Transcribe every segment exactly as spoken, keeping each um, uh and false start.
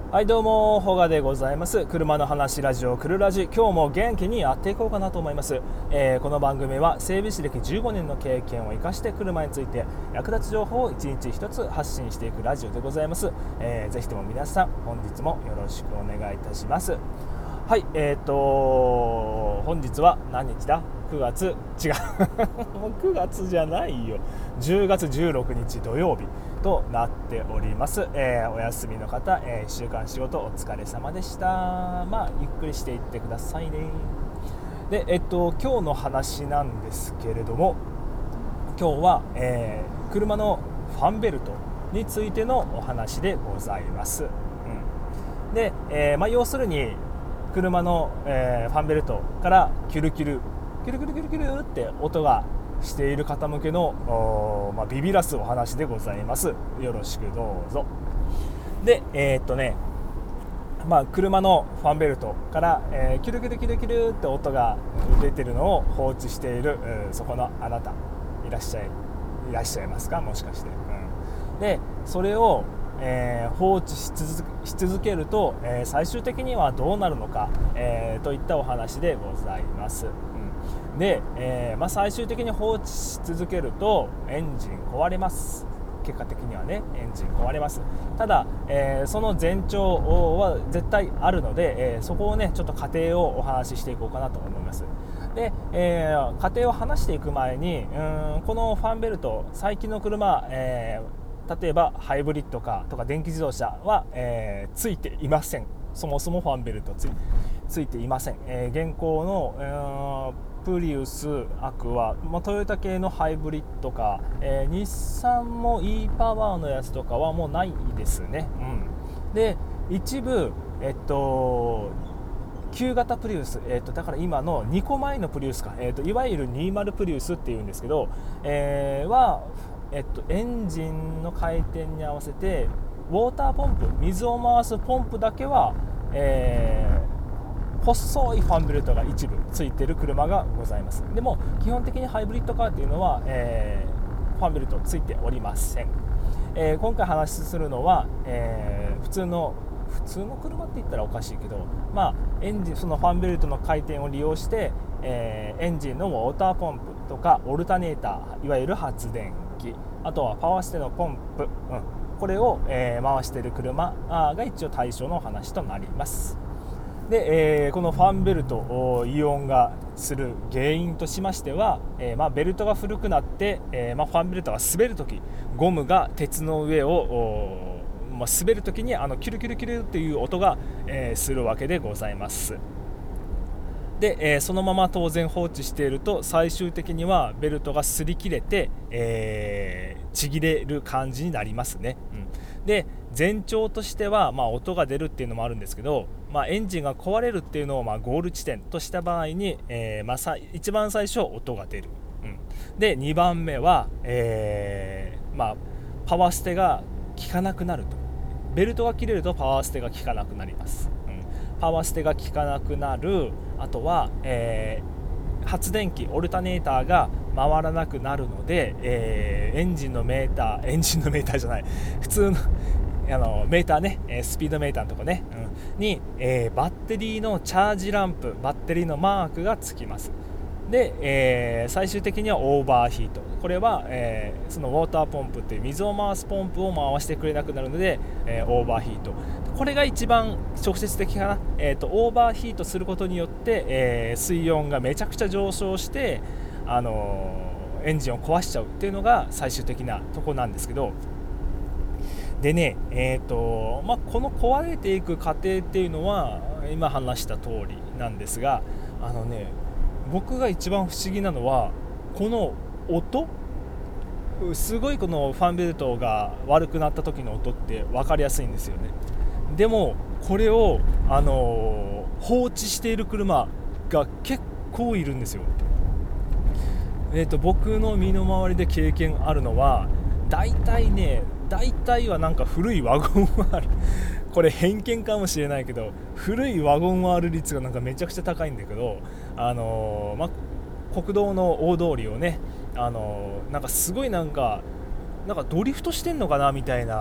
はいどうも、ホガでございます。車の話ラジオクルラジ、今日も元気にやっていこうかなと思います。えー、この番組は整備士歴じゅうごねんの経験を生かして車について役立つ情報をいちにちひとつ発信していくラジオでございます。えー、ぜひとも皆さん本日もよろしくお願いいたします。はい、えーと本日は何日だ？くがつ、違うもうくがつじゃないよ、じゅうがつじゅうろくにち土曜日となっております。えー、お休みの方、えー、いっしゅうかん仕事お疲れ様でした。まあゆっくりしていってくださいね。で、えっと今日の話なんですけれども、今日は、えー、車のファンベルトについてのお話でございます。うん、で、えーまあ、要するに車の、えー、ファンベルトからキュルキュルキュルキュルキュルキュルって音がしている方向けの、まあ、ビビらすお話でございます。よろしくどうぞ。で、えー、っとねまあ、車のファンベルトから、えー、キュルキュルキュルキュルって音が出てるのを放置している、うん、そこのあなたいらっしゃいいらっしゃいますか、もしかして。うん、でそれを、えー、放置し続け、し続けると、えー、最終的にはどうなるのか、えー、といったお話でございます。うん、で、えーまあ、最終的に放置し続けるとエンジン壊れます。結果的にはね、エンジン壊れます。ただ、えー、その前兆は絶対あるので、えー、そこをねちょっと過程をお話ししていこうかなと思います。で、えー、過程を話していく前に、うーんこのファンベルト、最近の車、えー、例えばハイブリッドカーとか電気自動車は、えー、ついていません。そもそもファンベルトつい、ついていません。えー、現行の、えープリウス、アクア、まあ、トヨタ系のハイブリッドカー、えー、日産も e パワーのやつとかはもうないですね。うん、で一部、えっと旧型プリウス、えっとだから今のにこまえのプリウスか、えっといわゆるにじゅうプリウスっていうんですけど、えー、は、えっとエンジンの回転に合わせてウォーターポンプ、水を回すポンプだけは、えー細いファンベルトが一部ついている車がございます。でも基本的にハイブリッドカーっていうのは、えー、ファンベルトついておりません。えー、今回話するのは、えー、普通の普通の車って言ったらおかしいけど、まあ、エンジンそのファンベルトの回転を利用して、えー、エンジンのウォーターポンプとかオルタネーター、いわゆる発電機、あとはパワーステのポンプ、うん、これを、えー、回している車が一応対象のお話となります。で、えー、このファンベルトを異音がする原因としましては、えーまあ、ベルトが古くなって、えーまあ、ファンベルトが滑るとき、ゴムが鉄の上を、まあ、滑るときにあのキュルキュルキュルっていう音が、えー、するわけでございます。で、えー、そのまま当然放置していると最終的にはベルトが擦り切れて、えー、ちぎれる感じになりますね。うん、で前兆としては、まあ、音が出るっていうのもあるんですけど、まあ、エンジンが壊れるっていうのを、まあ、ゴール地点とした場合に、えーまあ、さ一番最初音が出る。うん、でにばんめは、えーまあ、パワーステが効かなくなると。ベルトが切れるとパワーステが効かなくなります。うん、パワーステが効かなくなる。あとは、えー、発電機オルタネーターが回らなくなるので、えー、エンジンのメーターエンジンのメーターじゃない普通のあのメーターね、スピードメーターのとこね、うん、に、えー、バッテリーのチャージランプ、バッテリーのマークがつきます。で、えー、最終的にはオーバーヒート。これは、えー、そのウォーターポンプっていう水を回すポンプを回してくれなくなるので、えー、オーバーヒート。これが一番直接的かな。えーと、オーバーヒートすることによって、えー、水温がめちゃくちゃ上昇して、あのー、エンジンを壊しちゃうっていうのが最終的なとこなんですけど、でね、えーとまあ、この壊れていく過程っていうのは今話した通りなんですが、あのね僕が一番不思議なのはこの音、すごいこのファンベルトが悪くなった時の音って分かりやすいんですよね。でもこれを、あのー、放置している車が結構いるんですよ。えーと僕の身の回りで経験あるのは大体ね大体はなんか古いワゴン R これ偏見かもしれないけど、古いワゴン R 率がなんかめちゃくちゃ高いんだけど、あのーま、国道の大通りをね、あのー、なんかすごいなんかなんかドリフトしてんのかなみたいな、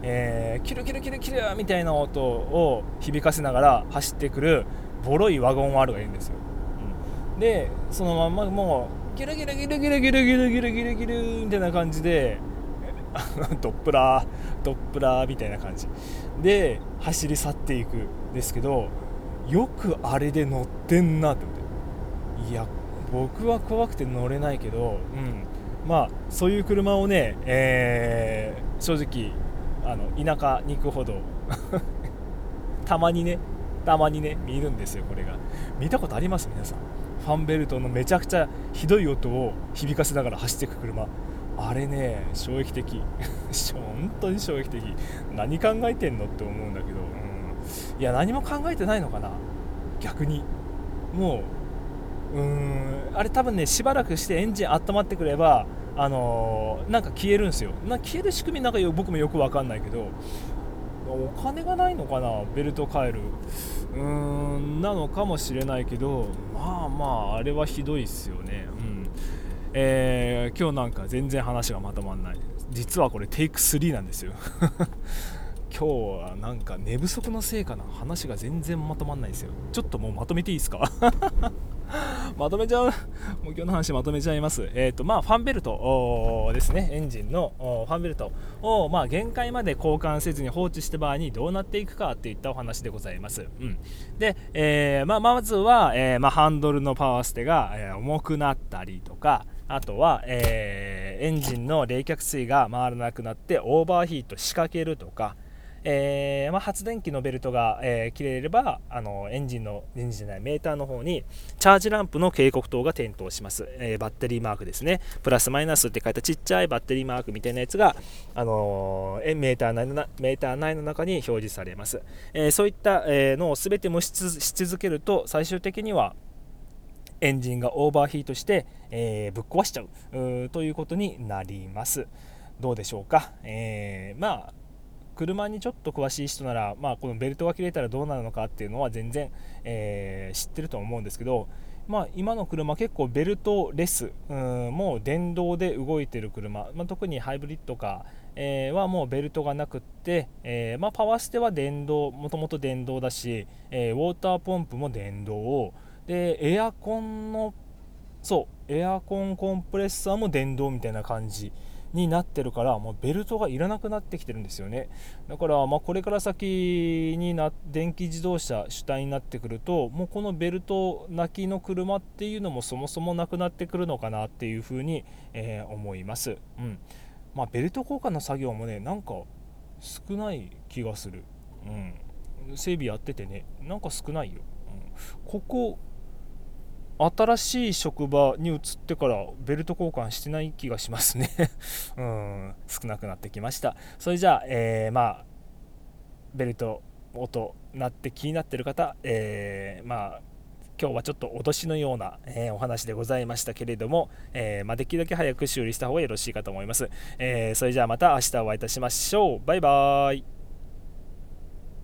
えー、キルキルキルキルみたいな音を響かせながら走ってくるボロいワゴン R がいるんですよ、うん、でそのまんまもうギルギルギルギルギルギルギルギルギルみたいな感じでドップラードップラーみたいな感じで走り去っていくんですけど、よくあれで乗ってんなって思って、いや僕は怖くて乗れないけど、うん、まあそういう車をね、えー、正直あの田舎に行くほどたまにねたまにね見るんですよ。これが見たことあります皆さん？ファンベルトのめちゃくちゃひどい音を響かせながら走っていく車、あれね衝撃的本当に衝撃的。何考えてんのって思うんだけど、うん、いや何も考えてないのかな逆に。もううーんあれ多分ねしばらくしてエンジン温まってくればあのー、なんか消えるんですよ。な消える仕組みなんかよ僕もよく分かんないけど、お金がないのかなベルト変えるうーんなのかもしれないけど、まあまああれはひどいっすよね。うん、えー、今日なんか全然話がまとまんない。実はこれテイクスリーなんですよ今日はなんか寝不足のせいかな、話が全然まとまんないですよ。ちょっともうまとめていいですかまとめちゃうもう今日の話まとめちゃいます。えっ、ー、とまあファンベルトですね、エンジンのファンベルトをまあ限界まで交換せずに放置した場合にどうなっていくかっていったお話でございます。うん、で、えーまあ、まずは、えーまあ、ハンドルのパワーステが、えー、重くなったりとか、あとは、えー、エンジンの冷却水が回らなくなってオーバーヒート仕掛けるとか、えーまあ、発電機のベルトが、えー、切れればあのエンジンのエンジンじゃないメーターの方にチャージランプの警告灯が点灯します、えー、バッテリーマークですね。プラスマイナスって書いたちっちゃいバッテリーマークみたいなやつが、あのー、メーター内のなメーター内の中に表示されます。えー、そういった、えー、のを全て無視し続けると最終的にはエンジンがオーバーヒートして、えー、ぶっ壊しちゃ う, うということになります。どうでしょうか。えー、まあ車にちょっと詳しい人なら、まあ、このベルトが切れたらどうなるのかっていうのは全然、えー、知ってると思うんですけど、まあ、今の車結構ベルトレス、うん、もう電動で動いてる車、まあ、特にハイブリッドカー、えー、はもうベルトがなくって、えーまあ、パワーステは電動、もともと電動だし、えー、ウォーターポンプも電動で、エアコンのそうエアコンコンプレッサーも電動みたいな感じになってるから、もうベルトがいらなくなってきてるんですよね。だからまあこれから先にな電気自動車主体になってくると、もうこのベルトなきの車っていうのもそもそもなくなってくるのかなっていうふうに、えー、思います。うんまあ、ベルト交換の作業もねなんか少ない気がする。うん、整備やっててねなんか少ないよ。うん、ここ新しい職場に移ってからベルト交換してない気がしますねうん少なくなってきました。それじゃあ、えー、まあベルト音鳴って気になってる方、えー、まあ今日はちょっと脅しのような、えー、お話でございましたけれども、えーまあ、できるだけ早く修理した方がよろしいかと思います。えー、それじゃあまた明日お会いいたしましょう。バイバーイ。